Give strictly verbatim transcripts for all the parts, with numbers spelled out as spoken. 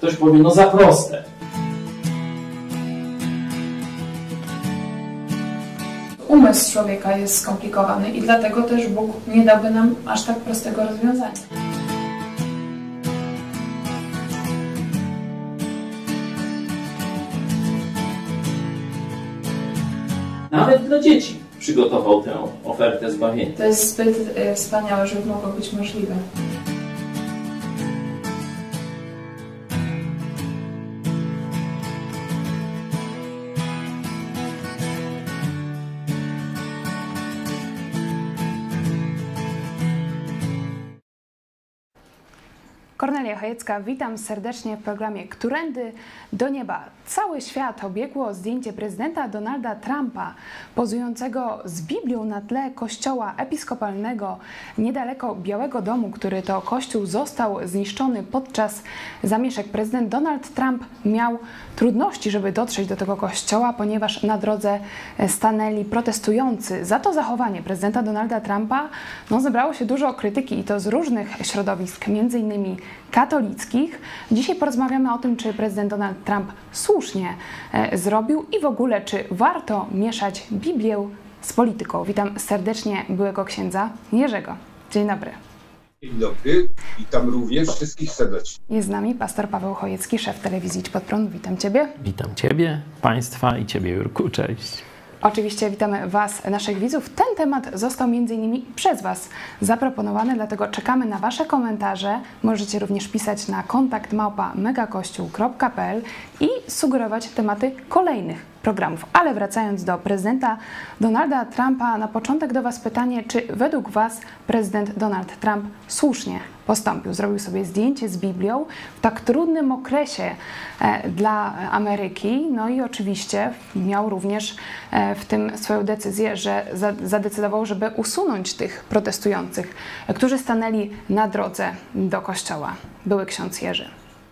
Ktoś powie, no za proste. Umysł człowieka jest skomplikowany i dlatego też Bóg nie dałby nam aż tak prostego rozwiązania. Nawet dla dzieci przygotował tę ofertę zbawienia. To jest zbyt y, wspaniałe, żeby mogło być możliwe. Kornelia Chojecka, witam serdecznie w programie Którędy do nieba. Cały świat obiegło zdjęcie prezydenta Donalda Trumpa pozującego z Biblią na tle kościoła episkopalnego niedaleko Białego Domu, który to kościół został zniszczony podczas zamieszek. Prezydent Donald Trump miał trudności, żeby dotrzeć do tego kościoła, ponieważ na drodze stanęli protestujący. Za to zachowanie prezydenta Donalda Trumpa no, zebrało się dużo krytyki i to z różnych środowisk, między innymi katolickich. Dzisiaj porozmawiamy o tym, czy prezydent Donald Trump słusznie e, zrobił i w ogóle, czy warto mieszać Biblię z polityką. Witam serdecznie byłego księdza Jerzego. Dzień dobry. Dzień dobry, witam również wszystkich serdecznie. Jest z nami pastor Paweł Chojecki, szef telewizji Idź Pod Prąd. Witam Ciebie. Witam Ciebie, Państwa i Ciebie, Jurku. Cześć. Oczywiście witamy Was, naszych widzów. Ten temat został między innymi przez Was zaproponowany, dlatego czekamy na Wasze komentarze. Możecie również pisać na kontakt małpa megakościół kropka p l i sugerować tematy kolejnych programów. Ale wracając do prezydenta Donalda Trumpa, na początek do Was pytanie, czy według Was prezydent Donald Trump słusznie postąpił? Zrobił sobie zdjęcie z Biblią w tak trudnym okresie e, dla Ameryki, no i oczywiście miał również e, w tym swoją decyzję, że za, zadecydował, żeby usunąć tych protestujących, e, którzy stanęli na drodze do kościoła. Były ksiądz Jerzy.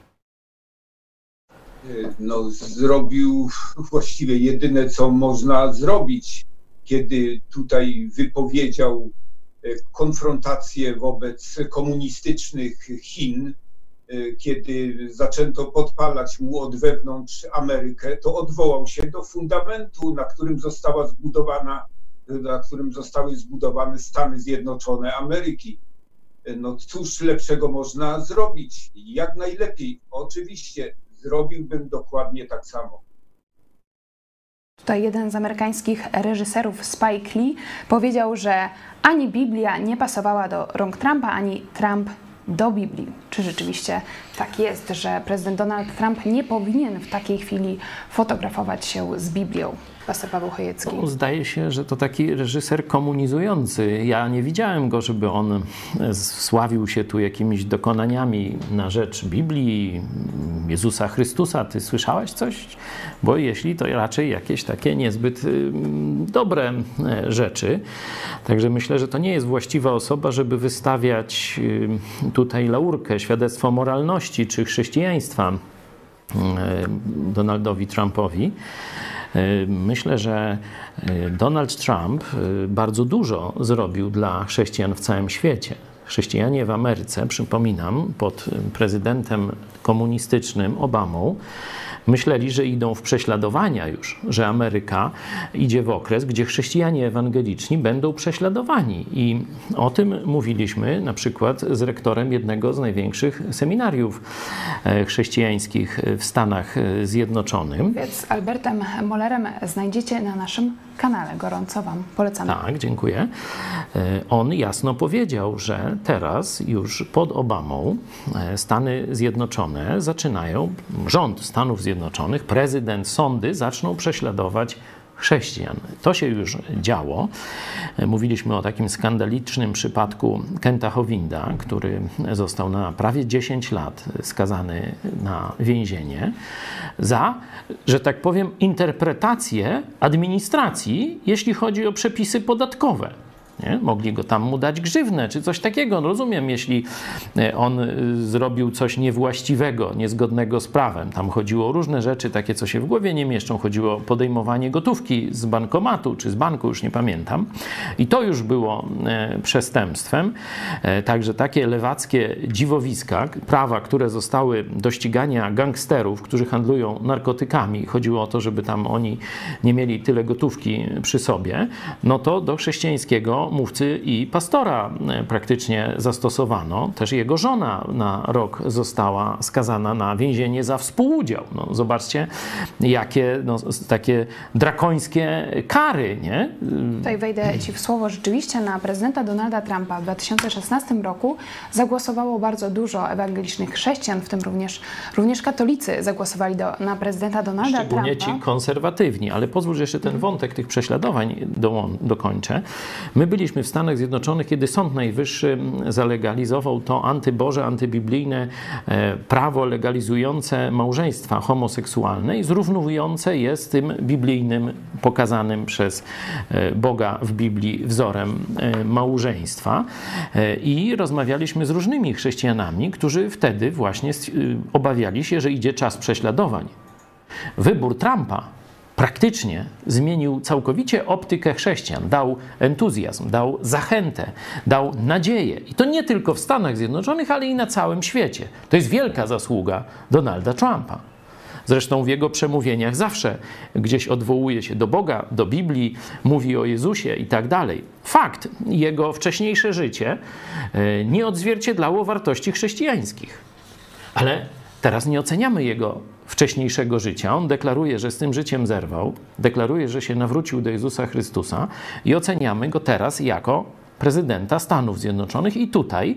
No, zrobił właściwie jedyne, co można zrobić, kiedy tutaj wypowiedział konfrontację wobec komunistycznych Chin, kiedy zaczęto podpalać mu od wewnątrz Amerykę, to odwołał się do fundamentu, na którym została zbudowana, na którym zostały zbudowane Stany Zjednoczone Ameryki. No cóż lepszego można zrobić? Jak najlepiej, oczywiście. Zrobiłbym dokładnie tak samo. Tutaj jeden z amerykańskich reżyserów, Spike Lee, powiedział, że ani Biblia nie pasowała do rąk Trumpa, ani Trump do Biblii. Czy rzeczywiście tak jest, że prezydent Donald Trump nie powinien w takiej chwili fotografować się z Biblią? Pastor Paweł Chojecki. No, zdaje się, że to taki reżyser komunizujący. Ja nie widziałem go, żeby on sławił się tu jakimiś dokonaniami na rzecz Biblii, Jezusa Chrystusa. Ty słyszałeś coś? Bo jeśli, to raczej jakieś takie niezbyt dobre rzeczy. Także myślę, że to nie jest właściwa osoba, żeby wystawiać tutaj laurkę, świadectwo moralności czy chrześcijaństwa Donaldowi Trumpowi. Myślę, że Donald Trump bardzo dużo zrobił dla chrześcijan w całym świecie. Chrześcijanie w Ameryce, przypominam, pod prezydentem komunistycznym Obamą, myśleli, że idą w prześladowania już, że Ameryka idzie w okres, gdzie chrześcijanie ewangeliczni będą prześladowani. I o tym mówiliśmy na przykład z rektorem jednego z największych seminariów chrześcijańskich w Stanach Zjednoczonych. Więc z Albertem Mollerem znajdziecie na naszym kanale. Gorąco Wam polecamy. Tak, dziękuję. On jasno powiedział, że teraz już pod Obamą Stany Zjednoczone zaczynają, rząd Stanów Zjednoczonych, prezydent, sądy zaczną prześladować chrześcijan. To się już działo. Mówiliśmy o takim skandalicznym przypadku Kenta Hovinda, który został na prawie dziesięć lat skazany na więzienie za, że tak powiem, interpretację administracji, jeśli chodzi o przepisy podatkowe. Nie? Mogli go tam mu dać grzywnę, czy coś takiego. No rozumiem, jeśli on zrobił coś niewłaściwego, niezgodnego z prawem. Tam chodziło o różne rzeczy, takie, co się w głowie nie mieszczą. Chodziło o podejmowanie gotówki z bankomatu, czy z banku, już nie pamiętam. I to już było przestępstwem. Także takie lewackie dziwowiska, prawa, które zostały do ścigania gangsterów, którzy handlują narkotykami, chodziło o to, żeby tam oni nie mieli tyle gotówki przy sobie, no to do chrześcijańskiego mówcy i pastora praktycznie zastosowano. Też jego żona na rok została skazana na więzienie za współudział. No, zobaczcie, jakie no, takie drakońskie kary, nie? Tutaj wejdę Ci w słowo. Rzeczywiście na prezydenta Donalda Trumpa w dwa tysiące szesnastym roku zagłosowało bardzo dużo ewangelicznych chrześcijan, w tym również, również katolicy zagłosowali do, na prezydenta Donalda Szczególnie Trumpa. ci konserwatywni, ale pozwól, że jeszcze ten wątek tych prześladowań do, dokończę. My byliśmy w Stanach Zjednoczonych, kiedy Sąd Najwyższy zalegalizował to antyboże, antybiblijne prawo legalizujące małżeństwa homoseksualne i zrównowujące je z tym biblijnym, pokazanym przez Boga w Biblii wzorem małżeństwa. I rozmawialiśmy z różnymi chrześcijanami, którzy wtedy właśnie obawiali się, że idzie czas prześladowań. Wybór Trumpa praktycznie zmienił całkowicie optykę chrześcijan, dał entuzjazm, dał zachętę, dał nadzieję. I to nie tylko w Stanach Zjednoczonych, ale i na całym świecie. To jest wielka zasługa Donalda Trumpa. Zresztą w jego przemówieniach zawsze gdzieś odwołuje się do Boga, do Biblii, mówi o Jezusie i tak dalej. Fakt, jego wcześniejsze życie nie odzwierciedlało wartości chrześcijańskich. Ale teraz nie oceniamy jego wcześniejszego życia. On deklaruje, że z tym życiem zerwał, deklaruje, że się nawrócił do Jezusa Chrystusa i oceniamy go teraz jako prezydenta Stanów Zjednoczonych. I tutaj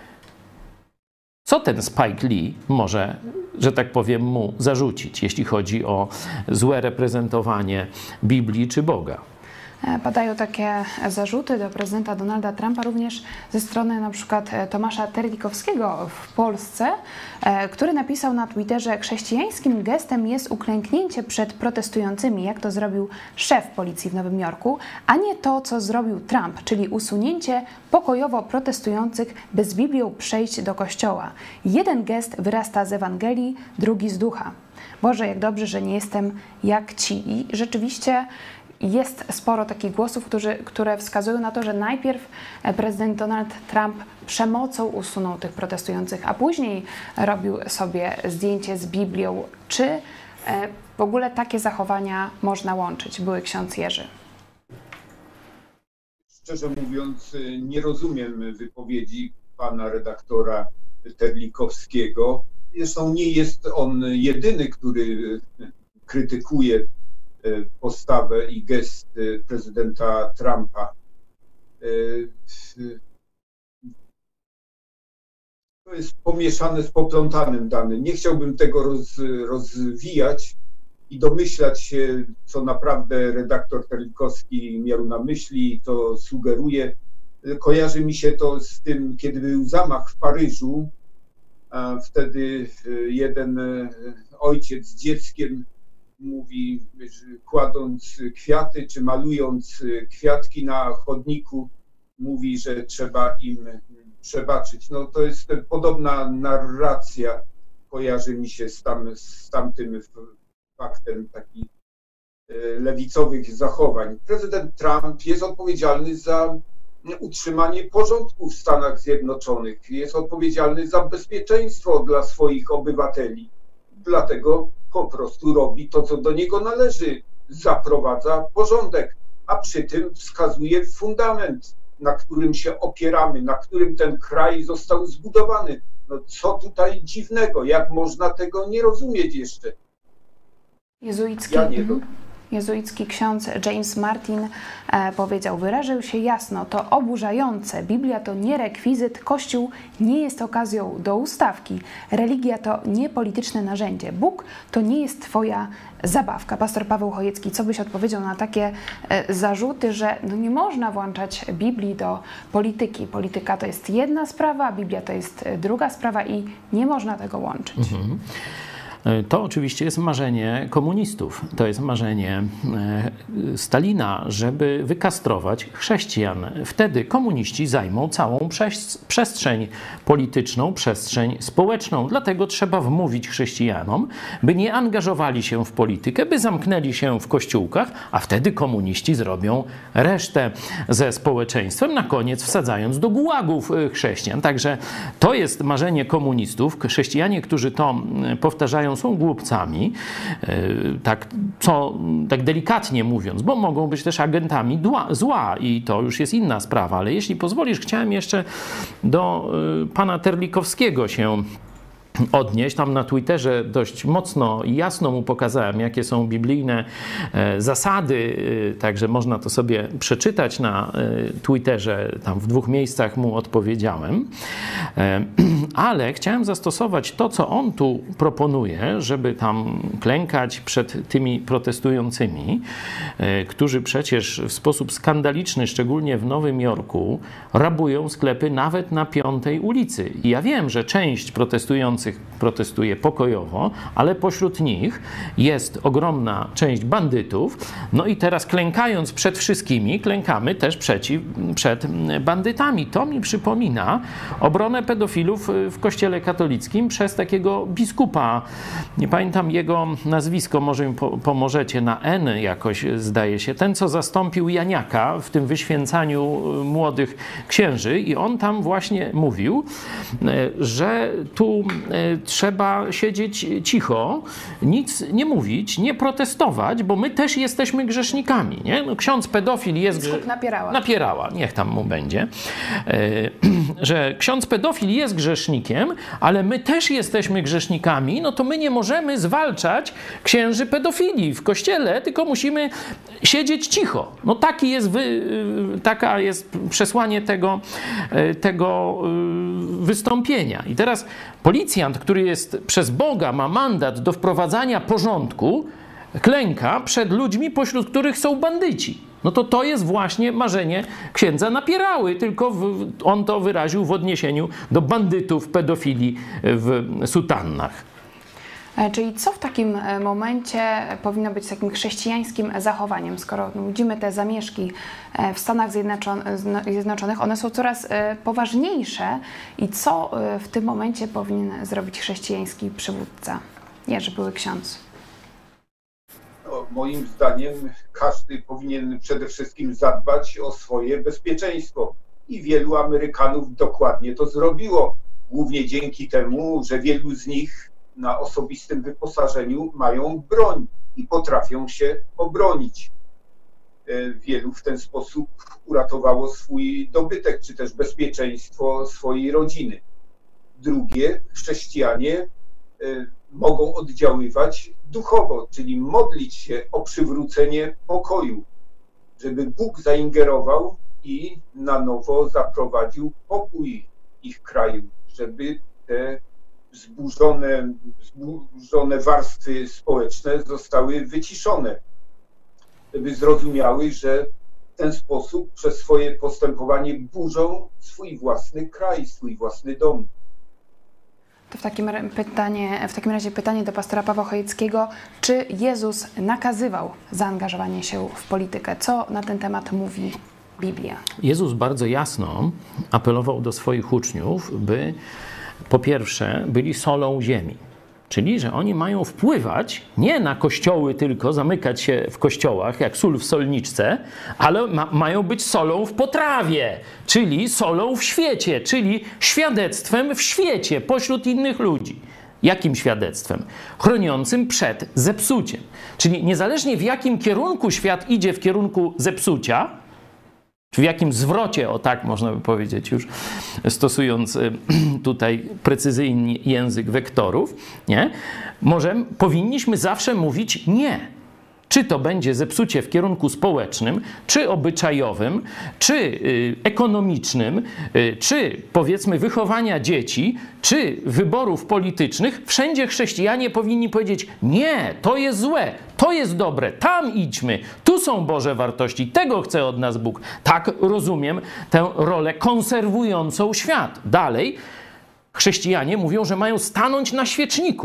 co ten Spike Lee może, że tak powiem, mu zarzucić, jeśli chodzi o złe reprezentowanie Biblii czy Boga? Padają takie zarzuty do prezydenta Donalda Trumpa również ze strony na przykład Tomasza Terlikowskiego w Polsce, który napisał na Twitterze: chrześcijańskim gestem jest uklęknięcie przed protestującymi, jak to zrobił szef policji w Nowym Jorku, a nie to, co zrobił Trump, czyli usunięcie pokojowo protestujących, by z Biblią przejść do kościoła. Jeden gest wyrasta z Ewangelii, drugi z ducha. Boże, jak dobrze, że nie jestem jak ci. I rzeczywiście jest sporo takich głosów, którzy, które wskazują na to, że najpierw prezydent Donald Trump przemocą usunął tych protestujących, a później robił sobie zdjęcie z Biblią. Czy w ogóle takie zachowania można łączyć? Były ksiądz Jerzy. Szczerze mówiąc, nie rozumiem wypowiedzi pana redaktora Terlikowskiego. Zresztą nie jest on jedyny, który krytykuje postawę i gest prezydenta Trumpa. To jest pomieszane z poplątanym danym. Nie chciałbym tego roz, rozwijać i domyślać się, co naprawdę redaktor Terlikowski miał na myśli i to sugeruje. Kojarzy mi się to z tym, kiedy był zamach w Paryżu. Wtedy jeden ojciec z dzieckiem mówi, kładąc kwiaty czy malując kwiatki na chodniku, mówi, że trzeba im przebaczyć. No to jest podobna narracja, kojarzy mi się z, tam, z tamtym faktem takich lewicowych zachowań. Prezydent Trump jest odpowiedzialny za utrzymanie porządku w Stanach Zjednoczonych, jest odpowiedzialny za bezpieczeństwo dla swoich obywateli. Dlatego po prostu robi to, co do niego należy, zaprowadza porządek, a przy tym wskazuje fundament, na którym się opieramy, na którym ten kraj został zbudowany. No co tutaj dziwnego, jak można tego nie rozumieć jeszcze? Jezuicki, ja nie do... jezuicki ksiądz James Martin e, powiedział, wyraził się jasno, to oburzające, Biblia to nie rekwizyt, Kościół nie jest okazją do ustawki, religia to nie polityczne narzędzie, Bóg to nie jest twoja zabawka. Pastor Paweł Chojecki, co byś odpowiedział na takie e, zarzuty, że no nie można włączać Biblii do polityki. Polityka to jest jedna sprawa, a Biblia to jest druga sprawa i nie można tego łączyć. Mhm. To oczywiście jest marzenie komunistów, to jest marzenie Stalina, żeby wykastrować chrześcijan. Wtedy komuniści zajmą całą przestrzeń polityczną, przestrzeń społeczną. Dlatego trzeba wmówić chrześcijanom, by nie angażowali się w politykę, by zamknęli się w kościółkach, a wtedy komuniści zrobią resztę ze społeczeństwem, na koniec wsadzając do gułagów chrześcijan. Także to jest marzenie komunistów. Chrześcijanie, którzy to powtarzają, są głupcami, tak, co, tak delikatnie mówiąc, bo mogą być też agentami zła i to już jest inna sprawa. Ale jeśli pozwolisz, chciałem jeszcze do pana Terlikowskiego się odnieść. Tam na Twitterze dość mocno i jasno mu pokazałem, jakie są biblijne zasady, także można to sobie przeczytać na Twitterze, tam w dwóch miejscach mu odpowiedziałem. Ale chciałem zastosować to, co on tu proponuje, żeby tam klękać przed tymi protestującymi, którzy przecież w sposób skandaliczny, szczególnie w Nowym Jorku, rabują sklepy nawet na Piątej ulicy. I ja wiem, że część protestujących protestuje pokojowo, ale pośród nich jest ogromna część bandytów. No i teraz klękając przed wszystkimi, klękamy też przeciw, przed bandytami. To mi przypomina obronę pedofilów w Kościele katolickim przez takiego biskupa. Nie pamiętam jego nazwisko, może mi pomożecie, na N jakoś zdaje się. Ten, co zastąpił Janiaka w tym wyświęcaniu młodych księży i on tam właśnie mówił, że tu trzeba siedzieć cicho, nic nie mówić, nie protestować, bo my też jesteśmy grzesznikami. Nie? No, ksiądz pedofil jest... Biskup napierała. Napierała, niech tam mu będzie. Że ksiądz pedofil jest grzesznikiem, ale my też jesteśmy grzesznikami, no to my nie możemy zwalczać księży pedofilii w kościele, tylko musimy siedzieć cicho. No taki jest wy, taka jest przesłanie tego, tego wystąpienia. I teraz policjant, który jest przez Boga, ma mandat do wprowadzania porządku, klęka przed ludźmi, pośród których są bandyci. No to to jest właśnie marzenie księdza Napierały, tylko w, on to wyraził w odniesieniu do bandytów pedofili w sutannach. Czyli co w takim momencie powinno być takim chrześcijańskim zachowaniem, skoro widzimy te zamieszki w Stanach Zjednoczonych, one są coraz poważniejsze i co w tym momencie powinien zrobić chrześcijański przywódca? Jerzy Były Ksiądz. No, moim zdaniem każdy powinien przede wszystkim zadbać o swoje bezpieczeństwo i wielu Amerykanów dokładnie to zrobiło, głównie dzięki temu, że wielu z nich na osobistym wyposażeniu mają broń i potrafią się obronić. Wielu w ten sposób uratowało swój dobytek, czy też bezpieczeństwo swojej rodziny. Drugie, chrześcijanie mogą oddziaływać duchowo, czyli modlić się o przywrócenie pokoju, żeby Bóg zaingerował i na nowo zaprowadził pokój ich kraju, żeby te Zburzone, zburzone warstwy społeczne zostały wyciszone, żeby zrozumiały, że w ten sposób przez swoje postępowanie burzą swój własny kraj, swój własny dom. To w takim, pytanie, w takim razie pytanie do pastora Pawła Chojeckiego. Czy Jezus nakazywał zaangażowanie się w politykę? Co na ten temat mówi Biblia? Jezus bardzo jasno apelował do swoich uczniów, by po pierwsze byli solą ziemi. Czyli, że oni mają wpływać nie na kościoły tylko, zamykać się w kościołach jak sól w solniczce, ale ma, mają być solą w potrawie, czyli solą w świecie, czyli świadectwem w świecie pośród innych ludzi. Jakim świadectwem? Chroniącym przed zepsuciem. Czyli niezależnie w jakim kierunku świat idzie w kierunku zepsucia, w jakim zwrocie, o tak można by powiedzieć już, stosując tutaj precyzyjny język wektorów, nie? Może powinniśmy zawsze mówić nie. Czy to będzie zepsucie w kierunku społecznym, czy obyczajowym, czy ekonomicznym, czy powiedzmy wychowania dzieci, czy wyborów politycznych, wszędzie chrześcijanie powinni powiedzieć nie, to jest złe, to jest dobre, tam idźmy, tu są Boże wartości, tego chce od nas Bóg. Tak rozumiem tę rolę konserwującą świat. Dalej, chrześcijanie mówią, że mają stanąć na świeczniku.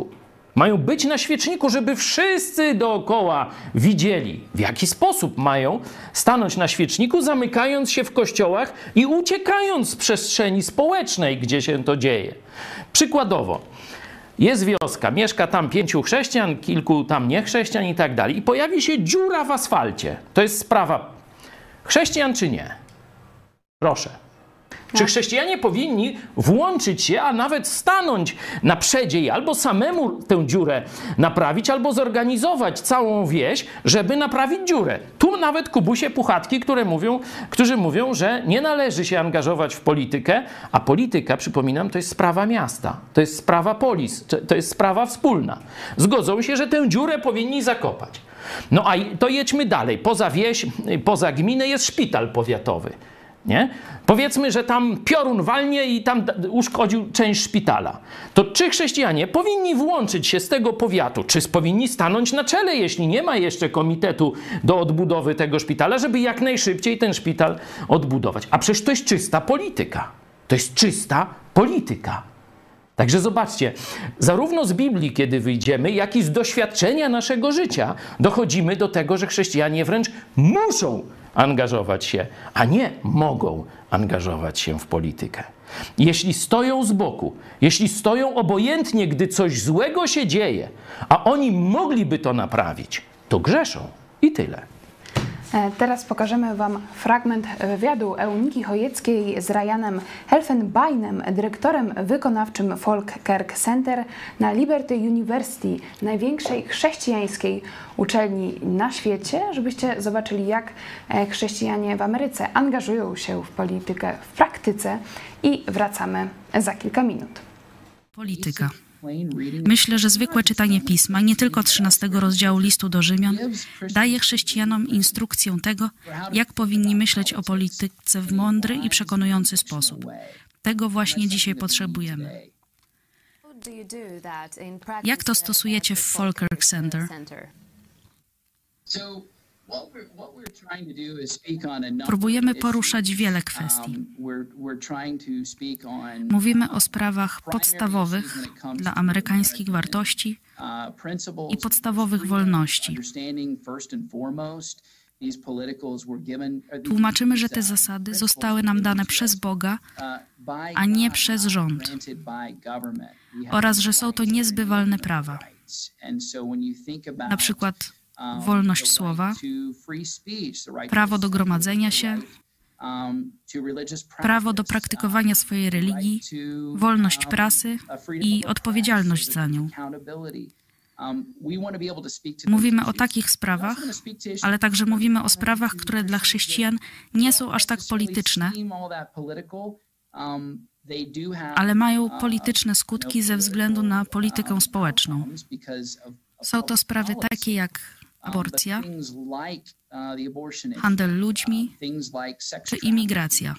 Mają być na świeczniku, żeby wszyscy dookoła widzieli, w jaki sposób mają stanąć na świeczniku, zamykając się w kościołach i uciekając z przestrzeni społecznej, gdzie się to dzieje. Przykładowo, jest wioska, mieszka tam pięciu chrześcijan, kilku tam niechrześcijan i tak dalej. I pojawi się dziura w asfalcie. To jest sprawa chrześcijan czy nie? Proszę. Czy chrześcijanie powinni włączyć się, a nawet stanąć na przedzie i albo samemu tę dziurę naprawić, albo zorganizować całą wieś, żeby naprawić dziurę? Tu nawet kubusie puchatki, które mówią, którzy mówią, że nie należy się angażować w politykę, a polityka, przypominam, to jest sprawa miasta, to jest sprawa polis, to jest sprawa wspólna. Zgodzą się, że tę dziurę powinni zakopać. No a to jedźmy dalej. Poza wieś, poza gminę jest szpital powiatowy. Nie? Powiedzmy, że tam piorun walnie i tam uszkodził część szpitala. To czy chrześcijanie powinni włączyć się z tego powiatu, czy powinni stanąć na czele, jeśli nie ma jeszcze komitetu do odbudowy tego szpitala, żeby jak najszybciej ten szpital odbudować? A przecież to jest czysta polityka. To jest czysta polityka. Także zobaczcie, zarówno z Biblii, kiedy wyjdziemy, jak i z doświadczenia naszego życia dochodzimy do tego, że chrześcijanie wręcz muszą angażować się, a nie mogą angażować się w politykę. Jeśli stoją z boku, jeśli stoją obojętnie, gdy coś złego się dzieje, a oni mogliby to naprawić, to grzeszą i tyle. Teraz pokażemy Wam fragment wywiadu Euniki Chojeckiej z Ryanem Helfenbeinem, dyrektorem wykonawczym Falkirk Center na Liberty University, największej chrześcijańskiej uczelni na świecie, żebyście zobaczyli, jak chrześcijanie w Ameryce angażują się w politykę w praktyce, i wracamy za kilka minut. Polityka. Myślę, że zwykłe czytanie Pisma, nie tylko trzynastego rozdziału listu do Rzymian, daje chrześcijanom instrukcję tego, jak powinni myśleć o polityce w mądry i przekonujący sposób. Tego właśnie dzisiaj potrzebujemy. Jak to stosujecie w Falkirk Center? Próbujemy poruszać wiele kwestii. Mówimy o sprawach podstawowych dla amerykańskich wartości i podstawowych wolności. Tłumaczymy, że te zasady zostały nam dane przez Boga, a nie przez rząd, oraz że są to niezbywalne prawa. Na przykład wolność słowa, prawo do gromadzenia się, prawo do praktykowania swojej religii, wolność prasy i odpowiedzialność za nią. Mówimy o takich sprawach, ale także mówimy o sprawach, które dla chrześcijan nie są aż tak polityczne, ale mają polityczne skutki ze względu na politykę społeczną. Są to sprawy takie jak aborcja, handel ludźmi czy imigracja.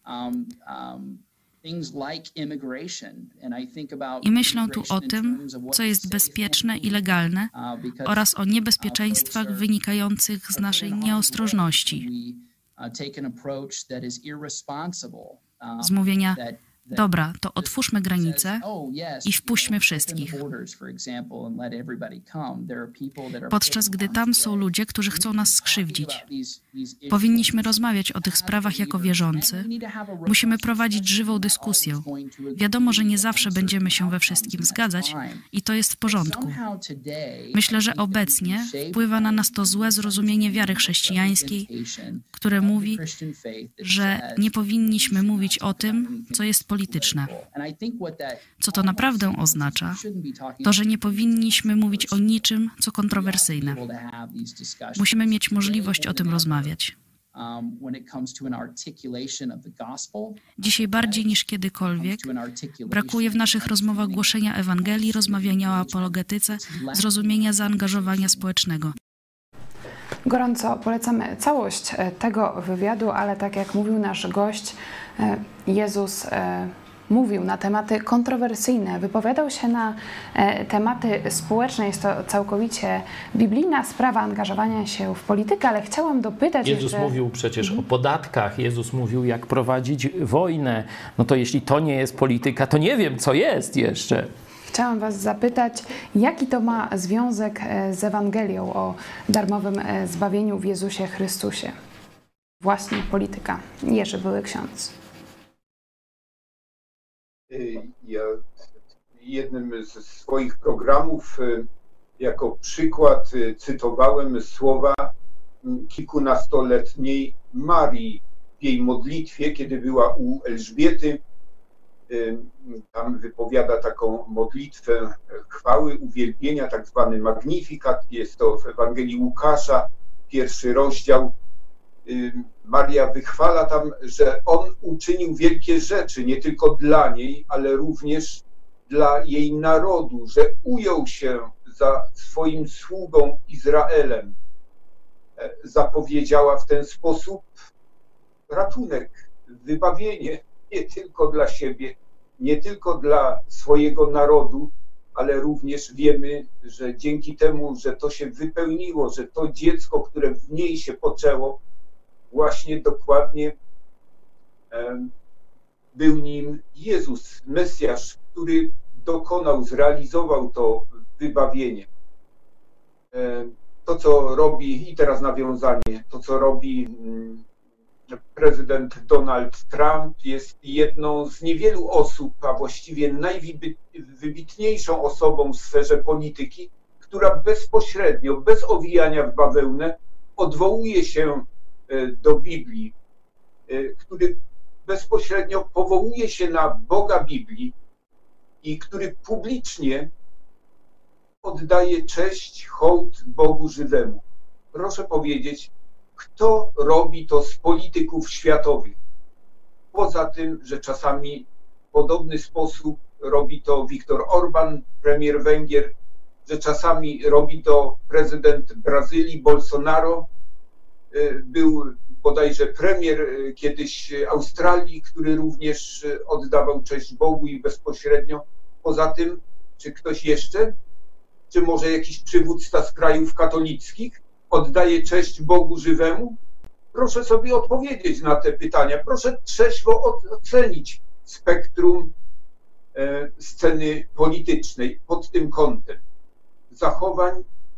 I myślę tu o tym, co jest bezpieczne i legalne, oraz o niebezpieczeństwach wynikających z naszej nieostrożności. Z mówienia: dobra, to otwórzmy granice i wpuśćmy wszystkich. Podczas gdy tam są ludzie, którzy chcą nas skrzywdzić. Powinniśmy rozmawiać o tych sprawach jako wierzący. Musimy prowadzić żywą dyskusję. Wiadomo, że nie zawsze będziemy się we wszystkim zgadzać i to jest w porządku. Myślę, że obecnie wpływa na nas to złe zrozumienie wiary chrześcijańskiej, które mówi, że nie powinniśmy mówić o tym, co jest polityczne. polityczne. Co to naprawdę oznacza? To, że nie powinniśmy mówić o niczym, co kontrowersyjne. Musimy mieć możliwość o tym rozmawiać. Dzisiaj bardziej niż kiedykolwiek brakuje w naszych rozmowach głoszenia Ewangelii, rozmawiania o apologetyce, zrozumienia zaangażowania społecznego. Gorąco polecamy całość tego wywiadu, ale tak jak mówił nasz gość, Jezus mówił na tematy kontrowersyjne, wypowiadał się na tematy społeczne. Jest to całkowicie biblijna sprawa angażowania się w politykę, ale chciałam dopytać Jezus jeszcze... mówił przecież o podatkach, Jezus mówił, jak prowadzić wojnę. No to jeśli to nie jest polityka, to nie wiem, co jest jeszcze. Chciałam Was zapytać, jaki to ma związek z Ewangelią o darmowym zbawieniu w Jezusie Chrystusie? Właśnie polityka. Jerzy Były Ksiądz. Ja jednym z swoich programów jako przykład cytowałem słowa kilkunastoletniej Marii w jej modlitwie, kiedy była u Elżbiety. Tam wypowiada taką modlitwę chwały, uwielbienia, tak zwany Magnifikat. Jest to w Ewangelii Łukasza, pierwszy rozdział. Maria wychwala tam, że On uczynił wielkie rzeczy, nie tylko dla niej, ale również dla jej narodu, że ujął się za swoim sługą Izraelem. Zapowiedziała w ten sposób ratunek, wybawienie, nie tylko dla siebie, nie tylko dla swojego narodu, ale również wiemy, że dzięki temu, że to się wypełniło, że to dziecko, które w niej się poczęło, właśnie dokładnie był nim Jezus, Mesjasz, który dokonał, zrealizował to wybawienie. To, co robi, i teraz nawiązanie, to, co robi prezydent Donald Trump, jest jedną z niewielu osób, a właściwie najwybitniejszą osobą w sferze polityki, która bezpośrednio, bez owijania w bawełnę, odwołuje się do Biblii, który bezpośrednio powołuje się na Boga Biblii i który publicznie oddaje cześć, hołd Bogu żywemu. Proszę powiedzieć, kto robi to z polityków światowych? Poza tym, że czasami w podobny sposób robi to Viktor Orban, premier Węgier, że czasami robi to prezydent Brazylii, Bolsonaro, był bodajże premier kiedyś Australii, który również oddawał cześć Bogu i bezpośrednio. Poza tym, czy ktoś jeszcze, czy może jakiś przywódca z krajów katolickich oddaje cześć Bogu żywemu? Proszę sobie odpowiedzieć na te pytania. Proszę trzeźwo ocenić spektrum sceny politycznej pod tym kątem zachowań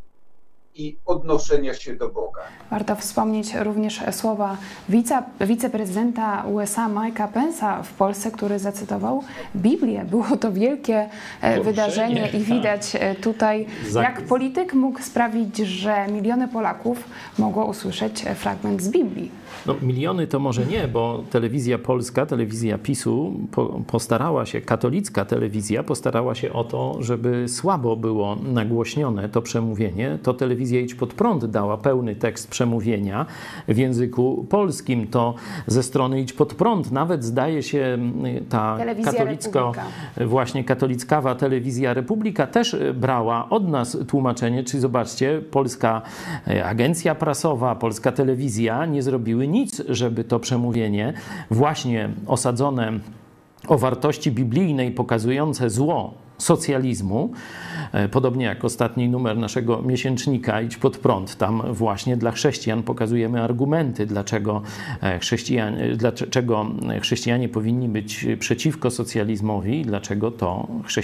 i odnoszenia się do Boga. Warto wspomnieć również słowa wice, wiceprezydenta U S A Mike'a Pence'a w Polsce, który zacytował Biblię. Było to wielkie Boże, wydarzenie nie, i widać tutaj, Zak jak polityk mógł sprawić, że miliony Polaków mogło usłyszeć fragment z Biblii. No, miliony to może nie, bo telewizja polska, telewizja PiSu po, postarała się, katolicka telewizja postarała się o to, żeby słabo było nagłośnione to przemówienie. To telewizja Idź Pod Prąd dała pełny tekst przemówienia w języku polskim. To ze strony Idź Pod Prąd nawet zdaje się ta telewizja katolicko, Republika. właśnie katolickawa telewizja Republika też brała od nas tłumaczenie, czyli zobaczcie, polska agencja prasowa, polska telewizja nie zrobiły nic, żeby to przemówienie właśnie osadzone o wartości biblijnej, pokazujące zło socjalizmu, podobnie jak ostatni numer naszego miesięcznika Idź Pod Prąd. Tam właśnie dla chrześcijan pokazujemy argumenty, dlaczego chrześcijanie, dlaczego chrześcijanie powinni być przeciwko socjalizmowi i dlaczego, to,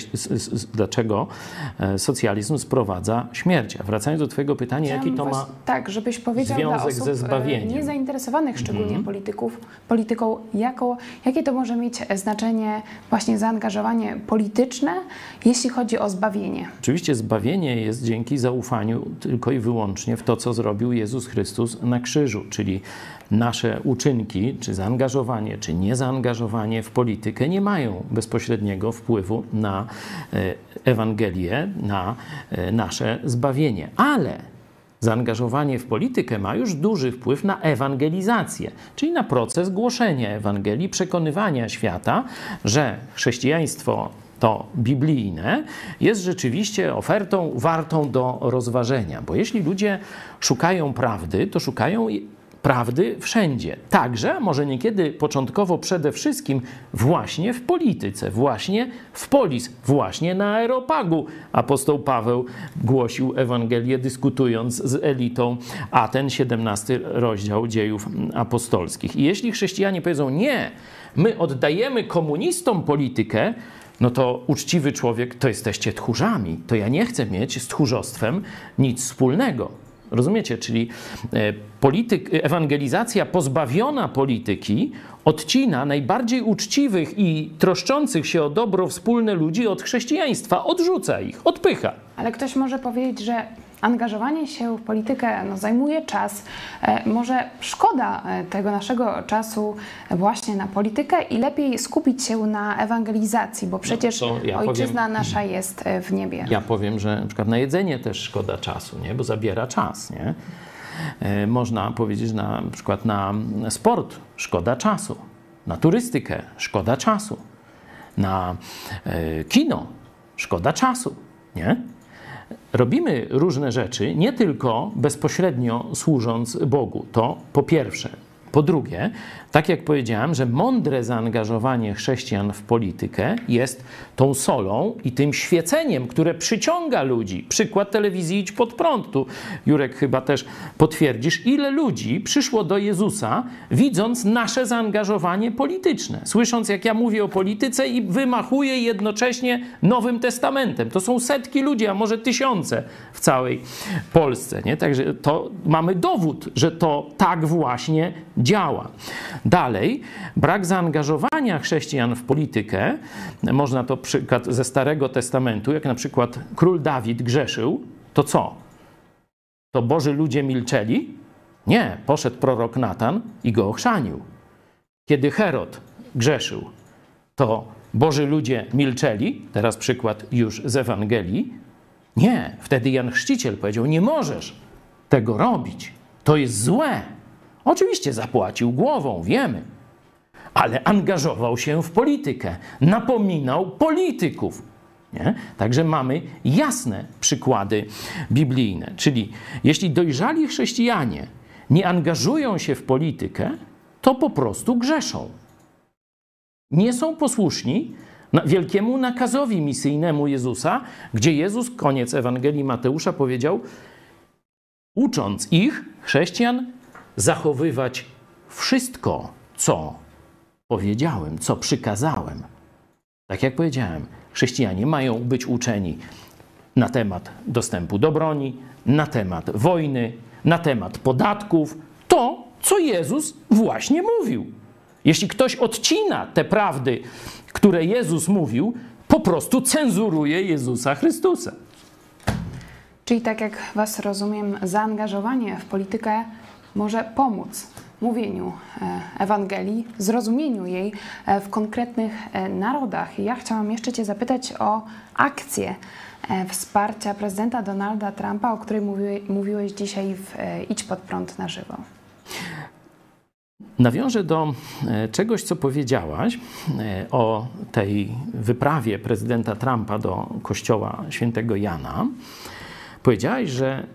dlaczego socjalizm sprowadza śmierć. A wracając do twojego pytania, Chciałam jaki to ma tak, żebyś powiedział związek dla osób ze zbawieniem? Niezainteresowanych szczególnie mm. polityków, polityką, jako, jakie to może mieć znaczenie właśnie zaangażowanie polityczne, jeśli chodzi o zbawienie? Oczywiście zbawienie jest dzięki zaufaniu tylko i wyłącznie w to, co zrobił Jezus Chrystus na krzyżu, czyli nasze uczynki, czy zaangażowanie, czy niezaangażowanie w politykę nie mają bezpośredniego wpływu na Ewangelię, na nasze zbawienie. Ale zaangażowanie w politykę ma już duży wpływ na ewangelizację, czyli na proces głoszenia Ewangelii, przekonywania świata, że chrześcijaństwo to biblijne jest rzeczywiście ofertą wartą do rozważenia. Bo jeśli ludzie szukają prawdy, to szukają prawdy wszędzie. Także, może niekiedy początkowo przede wszystkim właśnie w polityce, właśnie w polis, właśnie na Areopagu apostoł Paweł głosił Ewangelię, dyskutując z elitą Aten, siedemnasty rozdział Dziejów Apostolskich. I jeśli chrześcijanie powiedzą nie, my oddajemy komunistom politykę, no to uczciwy człowiek to jesteście tchórzami. To ja nie chcę mieć z tchórzostwem nic wspólnego. Rozumiecie? Czyli polityk, ewangelizacja pozbawiona polityki odcina najbardziej uczciwych i troszczących się o dobro wspólne ludzi od chrześcijaństwa. Odrzuca ich, odpycha. Ale ktoś może powiedzieć, że angażowanie się w politykę no, zajmuje czas. E, może szkoda tego naszego czasu właśnie na politykę i lepiej skupić się na ewangelizacji, bo przecież no, ja ojczyzna powiem, nasza jest w niebie. Ja powiem, że na przykład na jedzenie też szkoda czasu, nie? Bo zabiera czas. Nie? E, można powiedzieć, że na, na przykład na sport szkoda czasu, na turystykę szkoda czasu, na e, kino szkoda czasu. Nie? Robimy różne rzeczy, nie tylko bezpośrednio służąc Bogu. To po pierwsze. Po drugie, tak jak powiedziałem, że mądre zaangażowanie chrześcijan w politykę jest tą solą i tym świeceniem, które przyciąga ludzi. Przykład telewizji Idź Pod Prąd. Tu Jurek chyba też potwierdzisz, ile ludzi przyszło do Jezusa, widząc nasze zaangażowanie polityczne. Słysząc, jak ja mówię o polityce i wymachuję jednocześnie Nowym Testamentem. To są setki ludzi, a może tysiące w całej Polsce. Nie? Także to mamy dowód, że to tak właśnie działa. Dalej, brak zaangażowania chrześcijan w politykę, można to przykład ze Starego Testamentu, jak na przykład król Dawid grzeszył, to co? To Boży ludzie milczeli? Nie, poszedł prorok Natan i go ochrzanił. Kiedy Herod grzeszył, to Boży ludzie milczeli? Teraz przykład już z Ewangelii. Nie, wtedy Jan Chrzciciel powiedział, nie możesz tego robić, to jest złe. Oczywiście zapłacił głową, wiemy, ale angażował się w politykę, napominał polityków. Nie? Także mamy jasne przykłady biblijne. Czyli jeśli dojrzali chrześcijanie nie angażują się w politykę, to po prostu grzeszą. Nie są posłuszni wielkiemu nakazowi misyjnemu Jezusa, gdzie Jezus, koniec Ewangelii Mateusza, powiedział, ucząc ich, chrześcijan, zachowywać wszystko, co powiedziałem, co przykazałem. Tak jak powiedziałem, chrześcijanie mają być uczeni na temat dostępu do broni, na temat wojny, na temat podatków. To, co Jezus właśnie mówił. Jeśli ktoś odcina te prawdy, które Jezus mówił, po prostu cenzuruje Jezusa Chrystusa. Czyli tak jak was rozumiem, zaangażowanie w politykę może pomóc mówieniu Ewangelii, zrozumieniu jej w konkretnych narodach. I ja chciałam jeszcze cię zapytać o akcję wsparcia prezydenta Donalda Trumpa, o której mówiłeś dzisiaj w Idź Pod Prąd na żywo. Nawiążę do czegoś, co powiedziałaś o tej wyprawie prezydenta Trumpa do kościoła świętego Jana. Powiedziałaś, że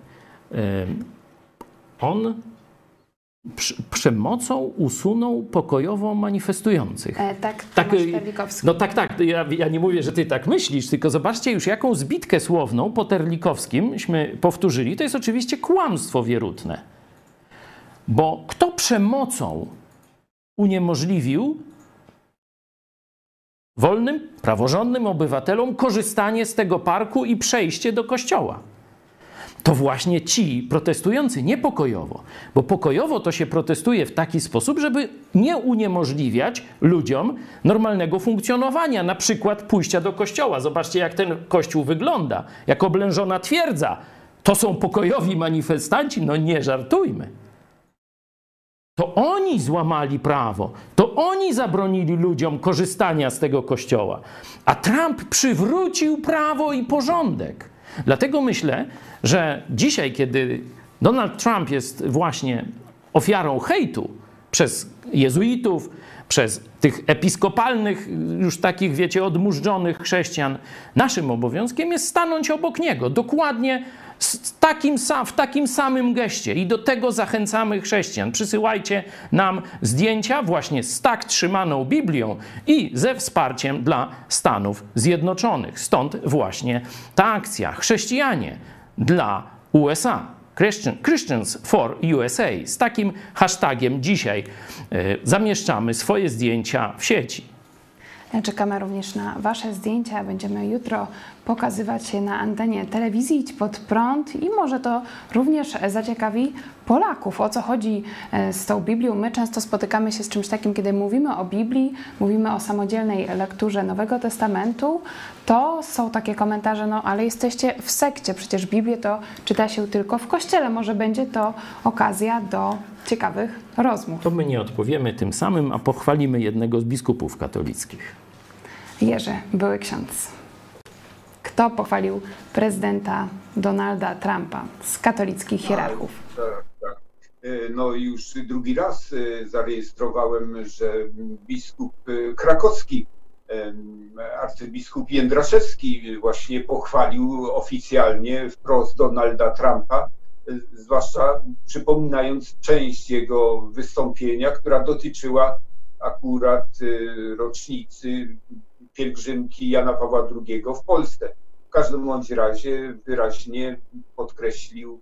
on przemocą usunął pokojowo manifestujących. E, tak, Tomasz Terlikowski. No tak, tak. Ja, ja nie mówię, że ty tak myślisz, tylko zobaczcie już, jaką zbitkę słowną po Terlikowskimśmy powtórzyli. To jest oczywiście kłamstwo wierutne. Bo kto przemocą uniemożliwił wolnym, praworządnym obywatelom korzystanie z tego parku i przejście do kościoła? To właśnie ci protestujący niepokojowo, bo pokojowo to się protestuje w taki sposób, żeby nie uniemożliwiać ludziom normalnego funkcjonowania, na przykład pójścia do kościoła. Zobaczcie, jak ten kościół wygląda, jak oblężona twierdza. To są pokojowi manifestanci? No nie żartujmy. To oni złamali prawo, to oni zabronili ludziom korzystania z tego kościoła, a Trump przywrócił prawo i porządek. Dlatego myślę, że dzisiaj, kiedy Donald Trump jest właśnie ofiarą hejtu przez jezuitów, przez tych episkopalnych, już takich, wiecie, odmurzonych chrześcijan, naszym obowiązkiem jest stanąć obok niego, dokładnie z takim, w takim samym geście. I do tego zachęcamy chrześcijan. Przysyłajcie nam zdjęcia właśnie z tak trzymaną Biblią i ze wsparciem dla Stanów Zjednoczonych. Stąd właśnie ta akcja. Chrześcijanie dla U S A. Christian, Christians for U S A. Z takim hashtagiem dzisiaj y, zamieszczamy swoje zdjęcia w sieci. Czekamy również na Wasze zdjęcia. Będziemy jutro pokazywać je na antenie telewizji Idź Pod Prąd i może to również zaciekawi Polaków. O co chodzi z tą Biblią? My często spotykamy się z czymś takim, kiedy mówimy o Biblii, mówimy o samodzielnej lekturze Nowego Testamentu, to są takie komentarze, no ale jesteście w sekcie, przecież Biblię to czyta się tylko w kościele. Może będzie to okazja do ciekawych rozmów. To my nie odpowiemy tym samym, a pochwalimy jednego z biskupów katolickich. Jerzy, były ksiądz. Kto pochwalił prezydenta Donalda Trumpa z katolickich hierarchów? Tak, tak. No już drugi raz zarejestrowałem, że biskup krakowski, arcybiskup Jędraszewski właśnie pochwalił oficjalnie wprost Donalda Trumpa, zwłaszcza przypominając część jego wystąpienia, która dotyczyła akurat rocznicy pielgrzymki Jana Pawła drugiego w Polsce. W każdym bądź razie wyraźnie podkreślił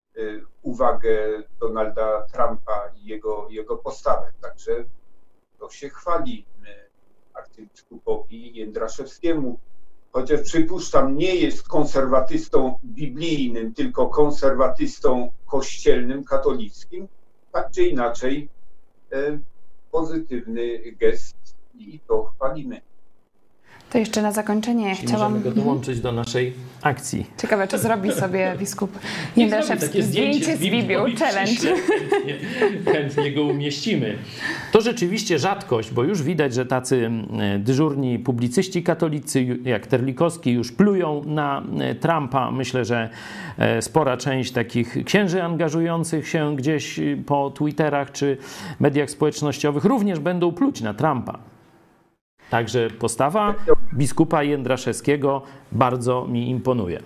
uwagę Donalda Trumpa i jego, jego postawę. Także to się chwali arcybiskupowi Jędraszewskiemu. Chociaż przypuszczam, nie jest konserwatystą biblijnym, tylko konserwatystą kościelnym, katolickim, tak czy inaczej pozytywny gest i to chwalimy. To jeszcze na zakończenie Czyli chciałam... możemy go dołączyć do naszej akcji. Ciekawe, czy zrobi sobie biskup Jędraszewski zdjęcie z Biblią, challenge. Chętnie, chętnie go umieścimy. To rzeczywiście rzadkość, bo już widać, że tacy dyżurni publicyści katolicy, jak Terlikowski, już plują na Trumpa. Myślę, że spora część takich księży angażujących się gdzieś po Twitterach czy mediach społecznościowych również będą pluć na Trumpa. Także postawa biskupa Jędraszewskiego bardzo mi imponuje.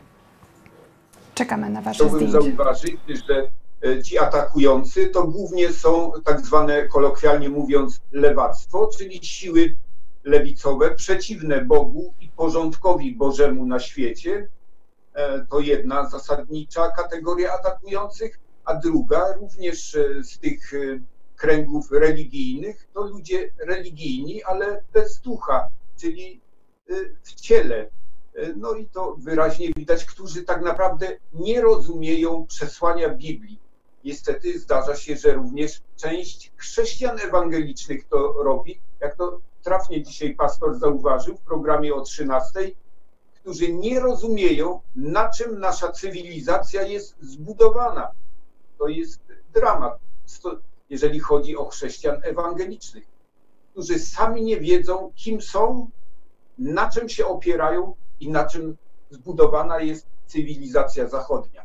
Czekamy na Wasze Chciałbym zdjęcia. zauważyć, że ci atakujący to głównie są tak zwane, kolokwialnie mówiąc, lewactwo, czyli siły lewicowe przeciwne Bogu i porządkowi Bożemu na świecie. To jedna zasadnicza kategoria atakujących, a druga również z tych kręgów religijnych to ludzie religijni, ale bez ducha, czyli w ciele. No i to wyraźnie widać, którzy tak naprawdę nie rozumieją przesłania Biblii. Niestety zdarza się, że również część chrześcijan ewangelicznych to robi, jak to trafnie dzisiaj pastor zauważył w programie o trzynastej, którzy nie rozumieją, na czym nasza cywilizacja jest zbudowana. To jest dramat, jeżeli chodzi o chrześcijan ewangelicznych, którzy sami nie wiedzą, kim są, na czym się opierają i na czym zbudowana jest cywilizacja zachodnia.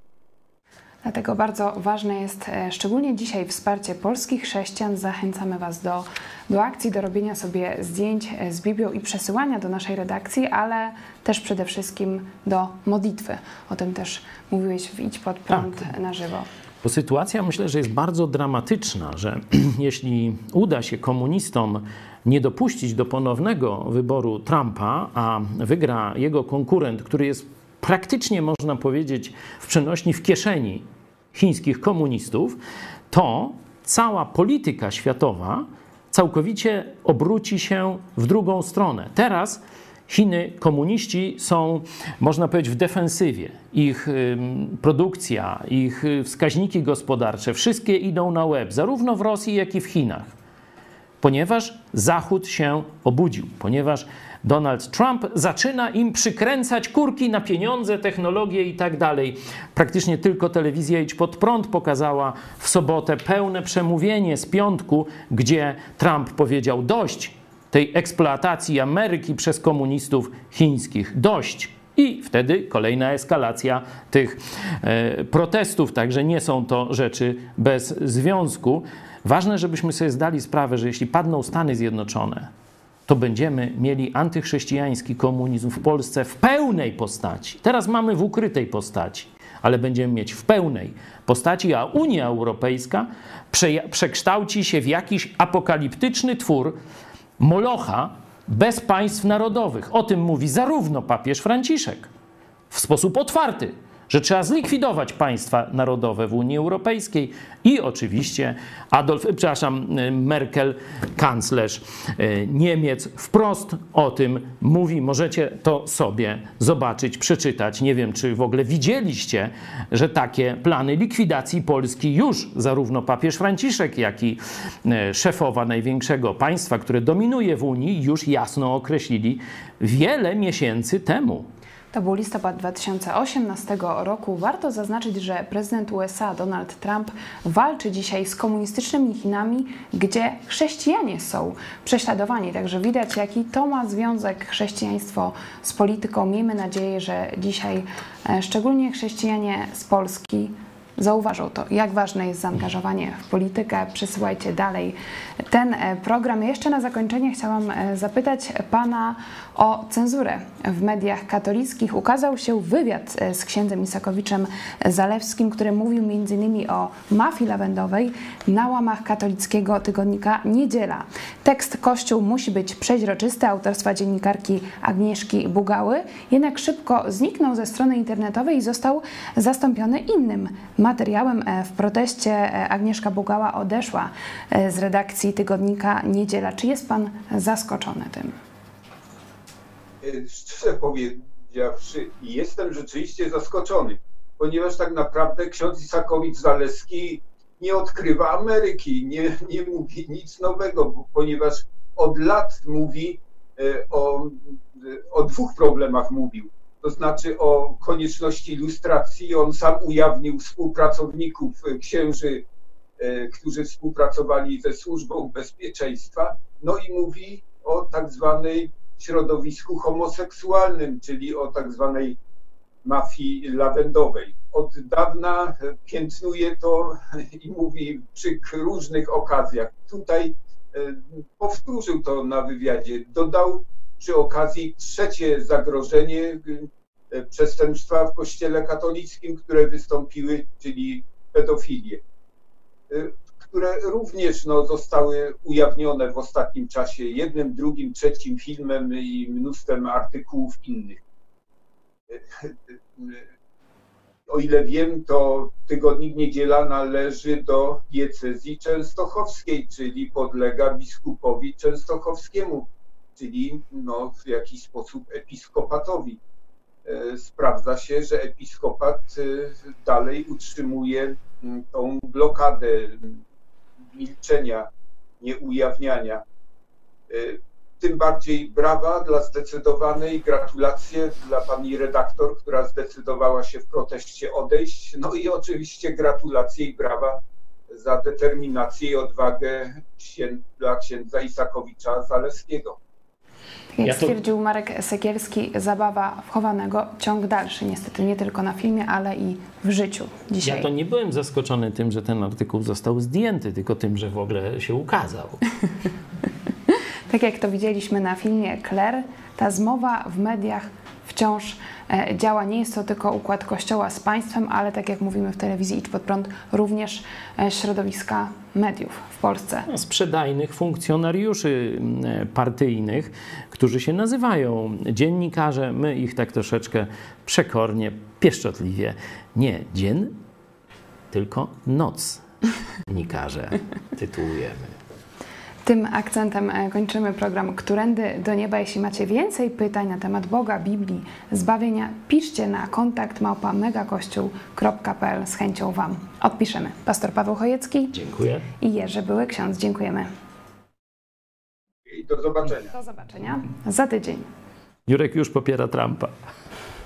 Dlatego bardzo ważne jest szczególnie dzisiaj wsparcie polskich chrześcijan. Zachęcamy Was do, do akcji, do robienia sobie zdjęć z Biblią i przesyłania do naszej redakcji, ale też przede wszystkim do modlitwy. O tym też mówiłeś w Idź Pod Prąd tak. na żywo. Bo sytuacja, myślę, że jest bardzo dramatyczna, że jeśli uda się komunistom nie dopuścić do ponownego wyboru Trumpa, a wygra jego konkurent, który jest praktycznie, można powiedzieć, w przenośni w kieszeni chińskich komunistów, to cała polityka światowa całkowicie obróci się w drugą stronę. Teraz Chiny, komuniści są, można powiedzieć, w defensywie. Ich produkcja, ich wskaźniki gospodarcze, wszystkie idą na łeb, zarówno w Rosji, jak i w Chinach. Ponieważ Zachód się obudził, ponieważ Donald Trump zaczyna im przykręcać kurki na pieniądze, technologie i tak dalej. Praktycznie tylko telewizja Idź Pod Prąd pokazała w sobotę pełne przemówienie z piątku, gdzie Trump powiedział dość tej eksploatacji Ameryki przez komunistów chińskich. Dość. I wtedy kolejna eskalacja tych e, protestów, także nie są to rzeczy bez związku. Ważne, żebyśmy sobie zdali sprawę, że jeśli padną Stany Zjednoczone, to będziemy mieli antychrześcijański komunizm w Polsce w pełnej postaci. Teraz mamy w ukrytej postaci, ale będziemy mieć w pełnej postaci, a Unia Europejska prze, przekształci się w jakiś apokaliptyczny twór Molocha bez państw narodowych. O tym mówi zarówno papież Franciszek w sposób otwarty, że trzeba zlikwidować państwa narodowe w Unii Europejskiej i oczywiście Adolf, przepraszam, Merkel, kanclerz Niemiec, wprost o tym mówi. Możecie to sobie zobaczyć, przeczytać. Nie wiem, czy w ogóle widzieliście, że takie plany likwidacji Polski już zarówno papież Franciszek, jak i szefowa największego państwa, które dominuje w Unii, już jasno określili wiele miesięcy temu. To był listopad dwa tysiące osiemnastego roku. Warto zaznaczyć, że prezydent U S A Donald Trump walczy dzisiaj z komunistycznymi Chinami, gdzie chrześcijanie są prześladowani. Także widać, jaki to ma związek chrześcijaństwo z polityką. Miejmy nadzieję, że dzisiaj szczególnie chrześcijanie z Polski zauważą to, jak ważne jest zaangażowanie w politykę. Przesyłajcie dalej ten program. Jeszcze na zakończenie chciałam zapytać Pana o cenzurę w mediach katolickich. Ukazał się wywiad z księdzem Isakowiczem Zalewskim, który mówił między innymi o mafii lawendowej na łamach katolickiego tygodnika Niedziela. Tekst Kościół musi być przeźroczysty, autorstwa dziennikarki Agnieszki Bugały, jednak szybko zniknął ze strony internetowej i został zastąpiony innym materiałem. W proteście Agnieszka Bugała odeszła z redakcji tygodnika Niedziela. Czy jest Pan zaskoczony tym? Szczerze powiedziawszy, jestem rzeczywiście zaskoczony, ponieważ tak naprawdę ksiądz Isakowicz-Zalewski nie odkrywa Ameryki, nie, nie mówi nic nowego, ponieważ od lat mówi o, o dwóch problemach mówił. To znaczy o konieczności lustracji. On sam ujawnił współpracowników księży, którzy współpracowali ze Służbą Bezpieczeństwa. No i mówi o tak zwanej środowisku homoseksualnym, czyli o tak zwanej mafii lawendowej. Od dawna piętnuje to i mówi przy różnych okazjach. Tutaj powtórzył to na wywiadzie. Dodał przy okazji trzecie zagrożenie przestępstwa w Kościele katolickim, które wystąpiły, czyli pedofilię, które również no, zostały ujawnione w ostatnim czasie jednym, drugim, trzecim filmem i mnóstwem artykułów innych. O ile wiem, to tygodnik Niedziela należy do diecezji częstochowskiej, czyli podlega biskupowi częstochowskiemu, czyli no, w jakiś sposób episkopatowi. Sprawdza się, że episkopat dalej utrzymuje tą blokadę milczenia, nieujawniania. Tym bardziej brawa dla zdecydowanej, gratulacje dla pani redaktor, która zdecydowała się w proteście odejść. No i oczywiście gratulacje i brawa za determinację i odwagę dla księdza Isakowicza Zalewskiego. Jak Ja to... stwierdził Marek Sekielski, zabawa wchowanego, ciąg dalszy. Niestety nie tylko na filmie, ale i w życiu dzisiaj. Ja to nie byłem zaskoczony tym, że ten artykuł został zdjęty, tylko tym, że w ogóle się ukazał. Tak jak to widzieliśmy na filmie Claire, ta zmowa w mediach wciąż działa. Nie jest to tylko układ Kościoła z państwem, ale tak jak mówimy w telewizji Idź Pod Prąd, również środowiska mediów w Polsce. Sprzedajnych funkcjonariuszy partyjnych, którzy się nazywają dziennikarze. My ich tak troszeczkę przekornie, pieszczotliwie nie dzień, tylko nocnikarze tytułujemy. Tym akcentem kończymy program Którędy do Nieba. Jeśli macie więcej pytań na temat Boga, Biblii, zbawienia, piszcie na kontakt małpa megakościół kropka p l. Z chęcią Wam odpiszemy. Pastor Paweł Chojecki. Dziękuję. I Jerzy Były Ksiądz. Dziękujemy. I do zobaczenia. Do zobaczenia za tydzień. Jurek już popiera Trumpa.